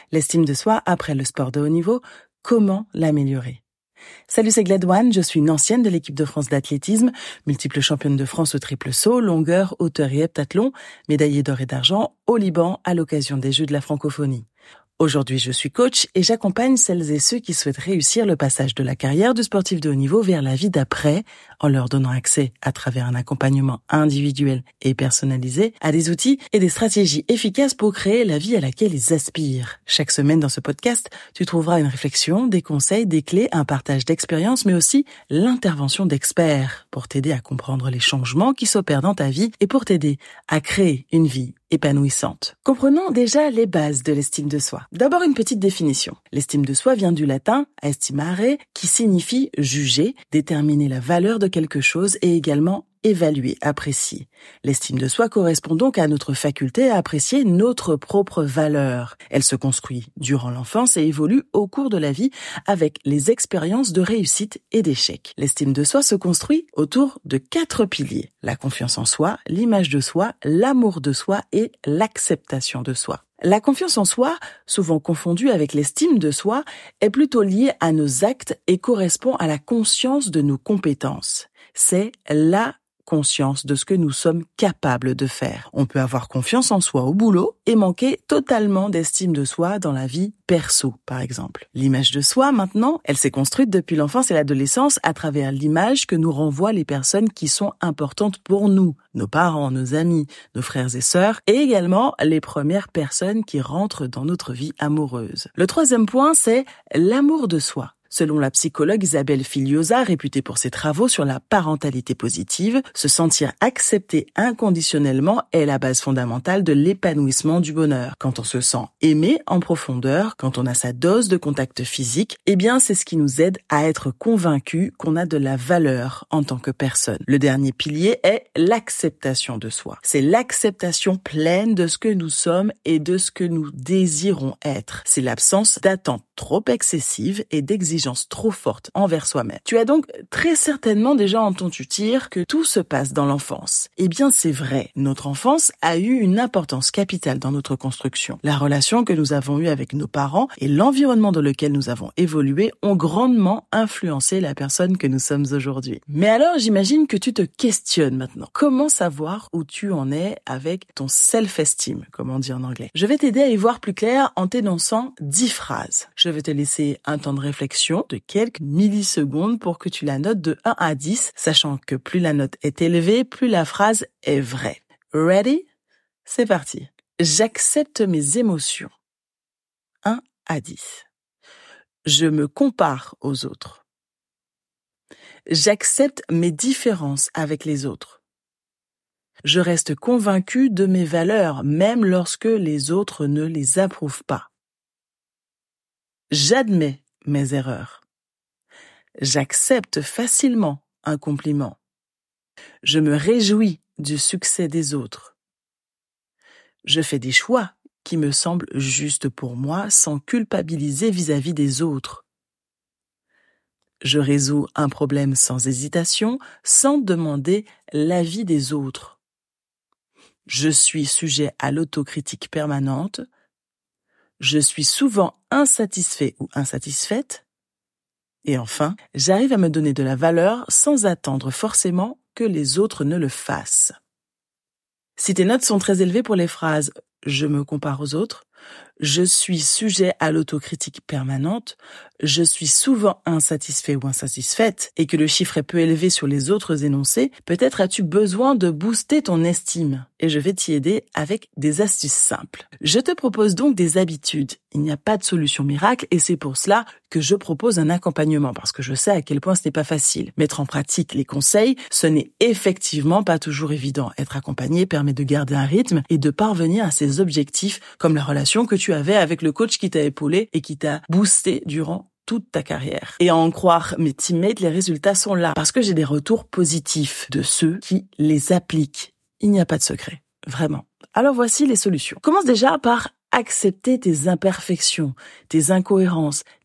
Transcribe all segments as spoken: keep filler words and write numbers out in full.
L'estime de soi après le sport de haut niveau, comment l'améliorer? Salut, c'est Gladouane, je suis une ancienne de l'équipe de France d'athlétisme, multiple championne de France au triple saut, longueur, hauteur et heptathlon, médaillée d'or et d'argent au Liban à l'occasion des Jeux de la francophonie. Aujourd'hui, je suis coach et j'accompagne celles et ceux qui souhaitent réussir le passage de la carrière du sportif de haut niveau vers la vie d'après, en leur donnant accès, à travers un accompagnement individuel et personnalisé, à des outils et des stratégies efficaces pour créer la vie à laquelle ils aspirent. Chaque semaine dans ce podcast, tu trouveras une réflexion, des conseils, des clés, un partage d'expériences, mais aussi l'intervention d'experts pour t'aider à comprendre les changements qui s'opèrent dans ta vie et pour t'aider à créer une vie épanouissante. Comprenons déjà les bases de l'estime de soi. D'abord, une petite définition. L'estime de soi vient du latin estimare, qui signifie juger, déterminer la valeur de quelque chose et également évaluer, apprécier. L'estime de soi correspond donc à notre faculté à apprécier notre propre valeur. Elle se construit durant l'enfance et évolue au cours de la vie avec les expériences de réussite et d'échec. L'estime de soi se construit autour de quatre piliers: la confiance en soi, l'image de soi, l'amour de soi et l'acceptation de soi. La confiance en soi, souvent confondue avec l'estime de soi, est plutôt liée à nos actes et correspond à la conscience de nos compétences. C'est la conscience de ce que nous sommes capables de faire. On peut avoir confiance en soi au boulot et manquer totalement d'estime de soi dans la vie perso, par exemple. L'image de soi, maintenant, elle s'est construite depuis l'enfance et l'adolescence à travers l'image que nous renvoient les personnes qui sont importantes pour nous, nos parents, nos amis, nos frères et sœurs, et également les premières personnes qui rentrent dans notre vie amoureuse. Le troisième point, c'est l'amour de soi. Selon la psychologue Isabelle Filiosa, réputée pour ses travaux sur la parentalité positive, se sentir accepté inconditionnellement est la base fondamentale de l'épanouissement du bonheur. Quand on se sent aimé en profondeur, quand on a sa dose de contact physique, eh bien c'est ce qui nous aide à être convaincus qu'on a de la valeur en tant que personne. Le dernier pilier est l'acceptation de soi. C'est l'acceptation pleine de ce que nous sommes et de ce que nous désirons être. C'est l'absence d'attentes trop excessives et d'exigences trop fortes envers soi-même. Tu as donc très certainement déjà entendu dire que tout se passe dans l'enfance. Eh bien, c'est vrai. Notre enfance a eu une importance capitale dans notre construction. La relation que nous avons eue avec nos parents et l'environnement dans lequel nous avons évolué ont grandement influencé la personne que nous sommes aujourd'hui. Mais alors, j'imagine que tu te questionnes maintenant. Comment savoir où tu en es avec ton self-esteem, comme on dit en anglais? Je vais t'aider à y voir plus clair en t'énonçant dix phrases. Je vais te laisser un temps de réflexion de quelques millisecondes pour que tu la notes de un à dix, sachant que plus la note est élevée, plus la phrase est vraie. Ready? C'est parti. J'accepte mes émotions. un à dix. Je me compare aux autres. J'accepte mes différences avec les autres. Je reste convaincu de mes valeurs, même lorsque les autres ne les approuvent pas. J'admets mes erreurs. J'accepte facilement un compliment. Je me réjouis du succès des autres. Je fais des choix qui me semblent justes pour moi sans culpabiliser vis-à-vis des autres. Je résous un problème sans hésitation, sans demander l'avis des autres. Je suis sujet à l'autocritique permanente. Je suis souvent insatisfait ou insatisfaite. Et enfin, j'arrive à me donner de la valeur sans attendre forcément que les autres ne le fassent. Si tes notes sont très élevées pour les phrases « je me compare aux autres »,« je suis sujet à l'autocritique permanente »,« je suis souvent insatisfait ou insatisfaite » et que le chiffre est peu élevé sur les autres énoncés, peut-être as-tu besoin de booster ton estime. Et je vais t'y aider avec des astuces simples. Je te propose donc des habitudes. Il n'y a pas de solution miracle et c'est pour cela que je propose un accompagnement parce que je sais à quel point ce n'est pas facile. Mettre en pratique les conseils, ce n'est effectivement pas toujours évident. Être accompagné permet de garder un rythme et de parvenir à ses objectifs comme la relation que tu avais avec le coach qui t'a épaulé et qui t'a boosté durant toute ta carrière. Et à en croire mes teammates, les résultats sont là parce que j'ai des retours positifs de ceux qui les appliquent. Il n'y a pas de secret, vraiment. Alors voici les solutions. Commence déjà par accepter tes imperfections, tes incohérences,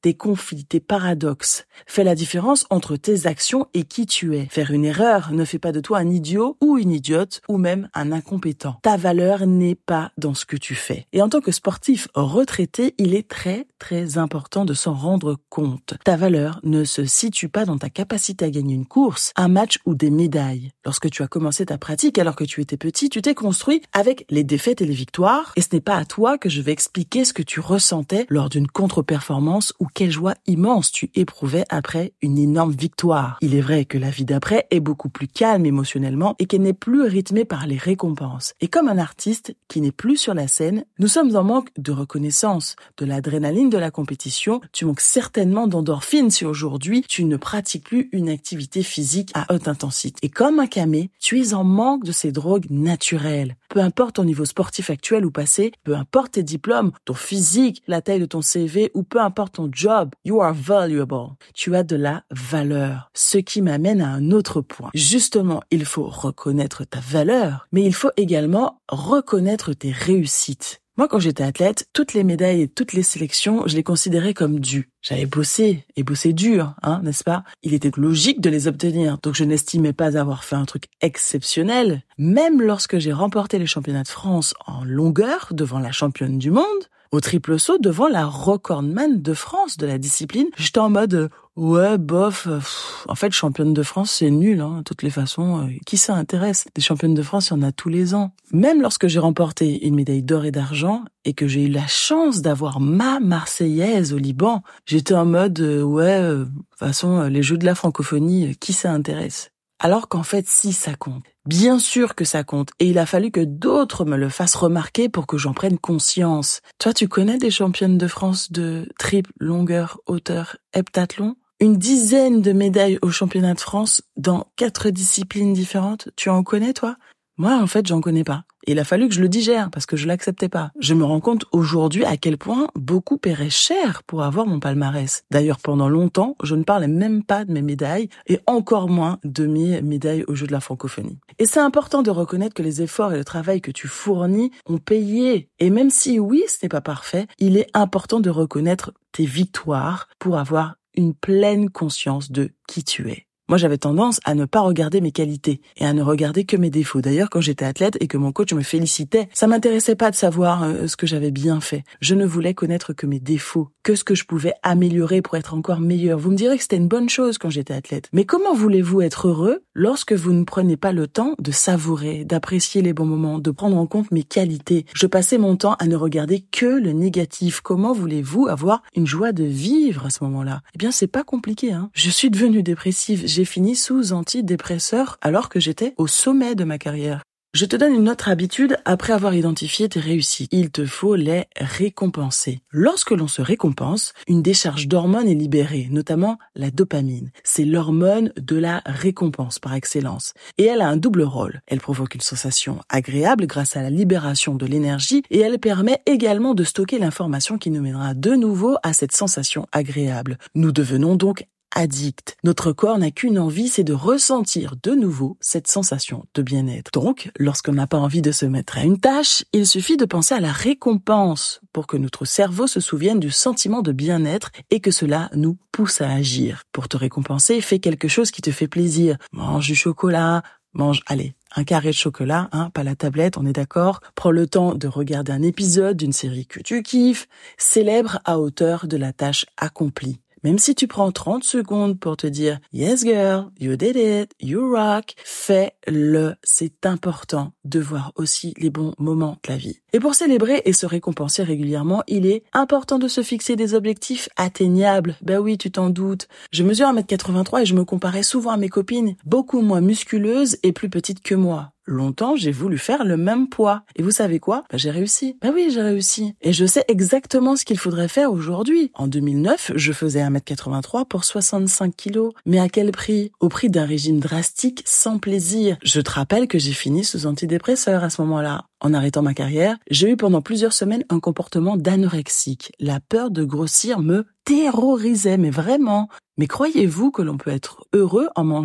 tes conflits, tes paradoxes. Fais la différence entre tes actions et qui tu es. Faire une erreur ne fait pas de toi un idiot ou une idiote ou même un incompétent. Ta valeur n'est pas dans ce que tu fais. Et en tant que sportif retraité, il est très très important de s'en rendre compte. Ta valeur ne se situe pas dans ta capacité à gagner une course, un match ou des médailles. Lorsque tu as commencé ta pratique alors que tu étais petit, tu t'es construit avec les défaites et les victoires et ce n'est pas à toi que je vais expliquer ce que tu ressentais lors d'une contre-performance ou quelle joie immense tu éprouvais après une énorme victoire. Il est vrai que la vie d'après est beaucoup plus calme émotionnellement et qu'elle n'est plus rythmée par les récompenses. Et comme un artiste qui n'est plus sur la scène, nous sommes en manque de reconnaissance, de l'adrénaline de la compétition. Tu manques certainement d'endorphine si aujourd'hui tu ne pratiques plus une activité physique à haute intensité. Et comme un camé, tu es en manque de ces drogues naturelles. Peu importe ton niveau sportif actuel ou passé, peu importe tes diplômes, ton physique, la taille de ton C V ou peu importe ton job, you are valuable. Tu as de la valeur. Ce qui m'amène à un autre point. Justement, il faut reconnaître ta valeur, mais il faut également reconnaître tes réussites. Moi, quand j'étais athlète, toutes les médailles et toutes les sélections, je les considérais comme dues. J'avais bossé, et bossé dur, hein, n'est-ce pas? Il était logique de les obtenir, donc je n'estimais pas avoir fait un truc exceptionnel. Même lorsque j'ai remporté les championnats de France en longueur devant la championne du monde, au triple saut devant la recordman de France de la discipline, j'étais en mode euh, ouais bof, euh, pff, en fait championne de France c'est nul, hein, de toutes les façons, euh, qui ça intéresse? Des championnes de France il y en a tous les ans. Même lorsque j'ai remporté une médaille d'or et d'argent et que j'ai eu la chance d'avoir ma Marseillaise au Liban, j'étais en mode euh, ouais, euh, de toute façon euh, les Jeux de la francophonie, euh, qui ça intéresse? Alors qu'en fait, si, ça compte. Bien sûr que ça compte. Et il a fallu que d'autres me le fassent remarquer pour que j'en prenne conscience. Toi, tu connais des championnes de France de triple, longueur, hauteur, heptathlon? Une dizaine de médailles aux championnats de France dans quatre disciplines différentes. Tu en connais, toi? Moi, en fait, j'en connais pas. Et il a fallu que je le digère parce que je l'acceptais pas. Je me rends compte aujourd'hui à quel point beaucoup paieraient cher pour avoir mon palmarès. D'ailleurs, pendant longtemps, je ne parlais même pas de mes médailles et encore moins de mes médailles aux Jeux de la francophonie. Et c'est important de reconnaître que les efforts et le travail que tu fournis ont payé. Et même si oui, ce n'est pas parfait, il est important de reconnaître tes victoires pour avoir une pleine conscience de qui tu es. Moi, j'avais tendance à ne pas regarder mes qualités et à ne regarder que mes défauts. D'ailleurs, quand j'étais athlète et que mon coach me félicitait, ça m'intéressait pas de savoir euh, ce que j'avais bien fait. Je ne voulais connaître que mes défauts, que ce que je pouvais améliorer pour être encore meilleur. Vous me direz que c'était une bonne chose quand j'étais athlète. Mais comment voulez-vous être heureux lorsque vous ne prenez pas le temps de savourer, d'apprécier les bons moments, de prendre en compte mes qualités? Je passais mon temps à ne regarder que le négatif. Comment voulez-vous avoir une joie de vivre à ce moment-là? Eh bien, c'est pas compliqué, hein. Je suis devenue dépressive. J'ai fini sous antidépresseur alors que j'étais au sommet de ma carrière. Je te donne une autre habitude après avoir identifié tes réussites. Il te faut les récompenser. Lorsque l'on se récompense, une décharge d'hormones est libérée, notamment la dopamine. C'est l'hormone de la récompense par excellence. Et elle a un double rôle. Elle provoque une sensation agréable grâce à la libération de l'énergie et elle permet également de stocker l'information qui nous mènera de nouveau à cette sensation agréable. Nous devenons donc addict. Notre corps n'a qu'une envie, c'est de ressentir de nouveau cette sensation de bien-être. Donc, lorsqu'on n'a pas envie de se mettre à une tâche, il suffit de penser à la récompense pour que notre cerveau se souvienne du sentiment de bien-être et que cela nous pousse à agir. Pour te récompenser, fais quelque chose qui te fait plaisir. Mange du chocolat, mange, allez, un carré de chocolat, hein, pas la tablette, on est d'accord. Prends le temps de regarder un épisode d'une série que tu kiffes. Célèbre à hauteur de la tâche accomplie. Même si tu prends trente secondes pour te dire « Yes girl, you did it, you rock », fais-le. C'est important de voir aussi les bons moments de la vie. Et pour célébrer et se récompenser régulièrement, il est important de se fixer des objectifs atteignables. Ben oui, tu t'en doutes. Je mesure un mètre quatre-vingt-trois et je me comparais souvent à mes copines, beaucoup moins musculeuses et plus petites que moi. Longtemps, j'ai voulu faire le même poids. Et vous savez quoi? Ben, j'ai réussi. Ben oui, j'ai réussi. Et je sais exactement ce qu'il faudrait faire aujourd'hui. En deux mille neuf, je faisais un mètre quatre-vingt-trois pour soixante-cinq kilos. Mais à quel prix? Au prix d'un régime drastique sans plaisir. Je te rappelle que j'ai fini sous antidépresseur à ce moment-là. En arrêtant ma carrière, j'ai eu pendant plusieurs semaines un comportement d'anorexique. La peur de grossir me terrorisait, mais vraiment. Mais croyez-vous que l'on peut être heureux en mangeant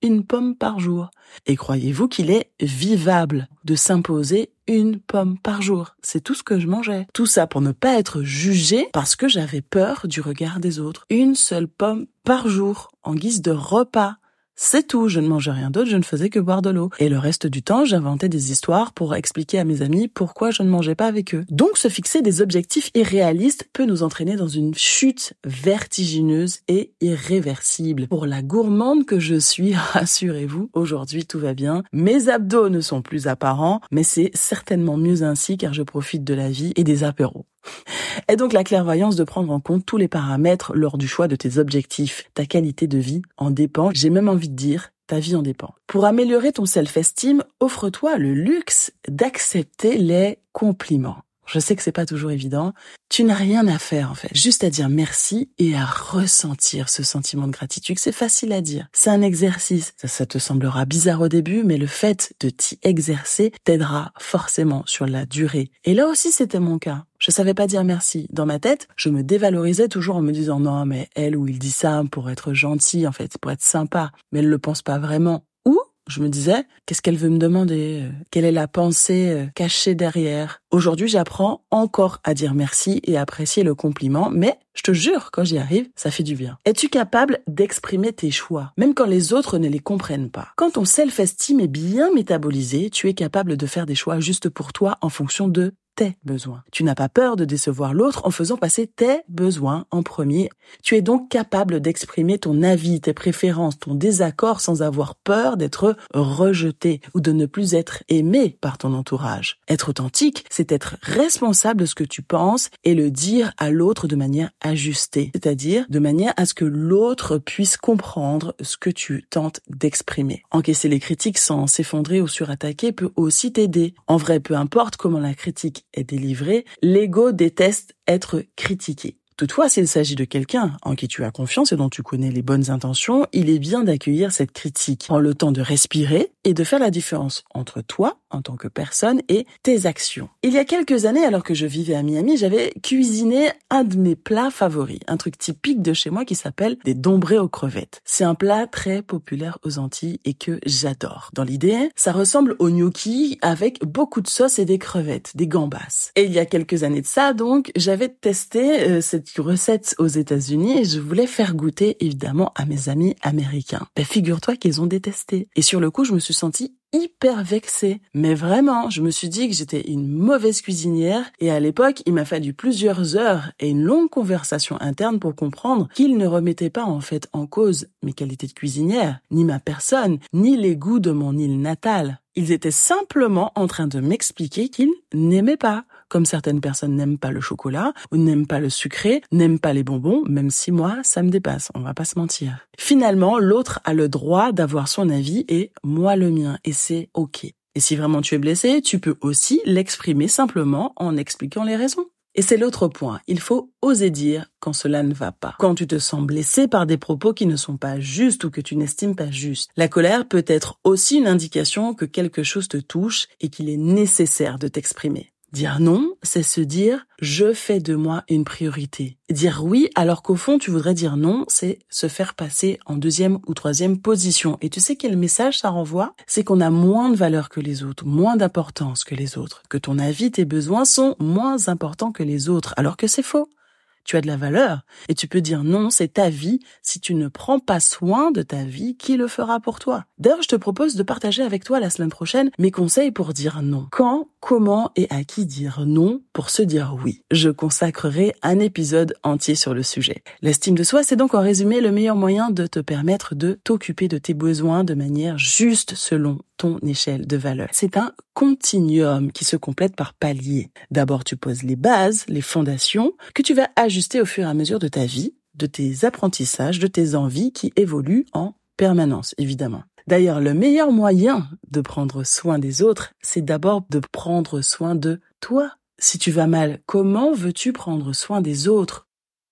une pomme par jour. Et croyez-vous qu'il est vivable de s'imposer une pomme par jour. C'est tout ce que je mangeais. Tout ça pour ne pas être jugée parce que j'avais peur du regard des autres. Une seule pomme par jour en guise de repas. C'est tout, je ne mangeais rien d'autre, je ne faisais que boire de l'eau. Et le reste du temps, j'inventais des histoires pour expliquer à mes amis pourquoi je ne mangeais pas avec eux. Donc, se fixer des objectifs irréalistes peut nous entraîner dans une chute vertigineuse et irréversible. Pour la gourmande que je suis, rassurez-vous, aujourd'hui tout va bien. Mes abdos ne sont plus apparents, mais c'est certainement mieux ainsi car je profite de la vie et des apéros. Et donc la clairvoyance de prendre en compte tous les paramètres lors du choix de tes objectifs. Ta qualité de vie en dépend, j'ai même envie de dire, ta vie en dépend. Pour améliorer ton self-esteem, offre-toi le luxe d'accepter les compliments. Je sais que c'est pas toujours évident. Tu n'as rien à faire, en fait. Juste à dire merci et à ressentir ce sentiment de gratitude. C'est facile à dire. C'est un exercice. Ça, ça te semblera bizarre au début, mais le fait de t'y exercer t'aidera forcément sur la durée. Et là aussi, c'était mon cas. Je savais pas dire merci. Dans ma tête, je me dévalorisais toujours en me disant non, mais elle ou il dit ça pour être gentil, en fait, pour être sympa. Mais elle le pense pas vraiment. Ou je me disais, qu'est-ce qu'elle veut me demander? Quelle est la pensée cachée derrière? Aujourd'hui, j'apprends encore à dire merci et à apprécier le compliment, mais je te jure, quand j'y arrive, ça fait du bien. Es-tu capable d'exprimer tes choix, même quand les autres ne les comprennent pas? Quand ton self-esteem est bien métabolisé, tu es capable de faire des choix juste pour toi en fonction de tes besoins. Tu n'as pas peur de décevoir l'autre en faisant passer tes besoins en premier. Tu es donc capable d'exprimer ton avis, tes préférences, ton désaccord sans avoir peur d'être rejeté ou de ne plus être aimé par ton entourage. Être authentique, c'est être responsable de ce que tu penses et le dire à l'autre de manière ajustée, c'est-à-dire de manière à ce que l'autre puisse comprendre ce que tu tentes d'exprimer. Encaisser les critiques sans s'effondrer ou surattaquer peut aussi t'aider. En vrai, peu importe comment la critique est délivrée, l'ego déteste être critiqué. Toutefois, s'il s'agit de quelqu'un en qui tu as confiance et dont tu connais les bonnes intentions, il est bien d'accueillir cette critique. Prends le temps de respirer et de faire la différence entre toi, en tant que personne, et tes actions. Il y a quelques années, alors que je vivais à Miami, j'avais cuisiné un de mes plats favoris, un truc typique de chez moi qui s'appelle des dombrés aux crevettes. C'est un plat très populaire aux Antilles et que j'adore. Dans l'idée, ça ressemble au gnocchi avec beaucoup de sauce et des crevettes, des gambas. Et il y a quelques années de ça, donc, j'avais testé euh, cette recette aux États-Unis et je voulais faire goûter évidemment à mes amis américains. Ben, figure-toi qu'ils ont détesté. Et sur le coup, je me suis sentie hyper vexée. Mais vraiment, je me suis dit que j'étais une mauvaise cuisinière et à l'époque, il m'a fallu plusieurs heures et une longue conversation interne pour comprendre qu'ils ne remettaient pas en fait en cause mes qualités de cuisinière, ni ma personne, ni les goûts de mon île natale. Ils étaient simplement en train de m'expliquer qu'ils n'aimaient pas. Comme certaines personnes n'aiment pas le chocolat, ou n'aiment pas le sucré, n'aiment pas les bonbons, même si moi, ça me dépasse, on va pas se mentir. Finalement, l'autre a le droit d'avoir son avis et moi le mien, et c'est ok. Et si vraiment tu es blessé, tu peux aussi l'exprimer simplement en expliquant les raisons. Et c'est l'autre point, il faut oser dire quand cela ne va pas. Quand tu te sens blessé par des propos qui ne sont pas justes ou que tu n'estimes pas justes. La colère peut être aussi une indication que quelque chose te touche et qu'il est nécessaire de t'exprimer. Dire non, c'est se dire « je fais de moi une priorité ». Dire oui alors qu'au fond tu voudrais dire non, c'est se faire passer en deuxième ou troisième position. Et tu sais quel message ça renvoie? C'est qu'on a moins de valeur que les autres, moins d'importance que les autres, que ton avis, tes besoins sont moins importants que les autres, alors que c'est faux. Tu as de la valeur et tu peux dire non, c'est ta vie. Si tu ne prends pas soin de ta vie, qui le fera pour toi? D'ailleurs, je te propose de partager avec toi la semaine prochaine mes conseils pour dire non. Quand, comment et à qui dire non pour se dire oui. Je consacrerai un épisode entier sur le sujet. L'estime de soi, c'est donc en résumé le meilleur moyen de te permettre de t'occuper de tes besoins de manière juste selon ton échelle de valeur. C'est un continuum qui se complète par paliers. D'abord, tu poses les bases, les fondations, que tu vas ajuster au fur et à mesure de ta vie, de tes apprentissages, de tes envies qui évoluent en permanence, évidemment. D'ailleurs, le meilleur moyen de prendre soin des autres, c'est d'abord de prendre soin de toi. Si tu vas mal, comment veux-tu prendre soin des autres?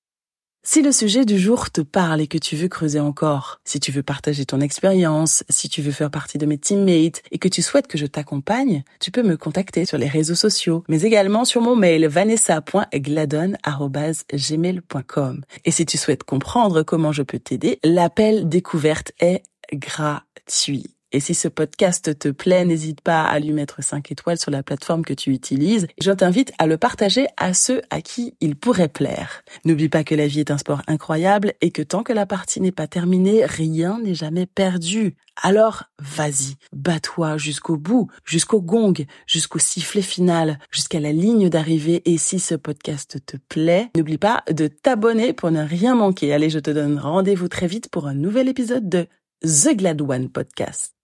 Si le sujet du jour te parle et que tu veux creuser encore, si tu veux partager ton expérience, si tu veux faire partie de mes teammates et que tu souhaites que je t'accompagne, tu peux me contacter sur les réseaux sociaux, mais également sur mon mail vanessa point gladon arobase gmail point com. Et si tu souhaites comprendre comment je peux t'aider, l'appel découverte est gratuit. Et si ce podcast te plaît, n'hésite pas à lui mettre cinq étoiles sur la plateforme que tu utilises. Je t'invite à le partager à ceux à qui il pourrait plaire. N'oublie pas que la vie est un sport incroyable et que tant que la partie n'est pas terminée, rien n'est jamais perdu. Alors, vas-y, bats-toi jusqu'au bout, jusqu'au gong, jusqu'au sifflet final, jusqu'à la ligne d'arrivée. Et si ce podcast te plaît, n'oublie pas de t'abonner pour ne rien manquer. Allez, je te donne rendez-vous très vite pour un nouvel épisode de The Glad One Podcast.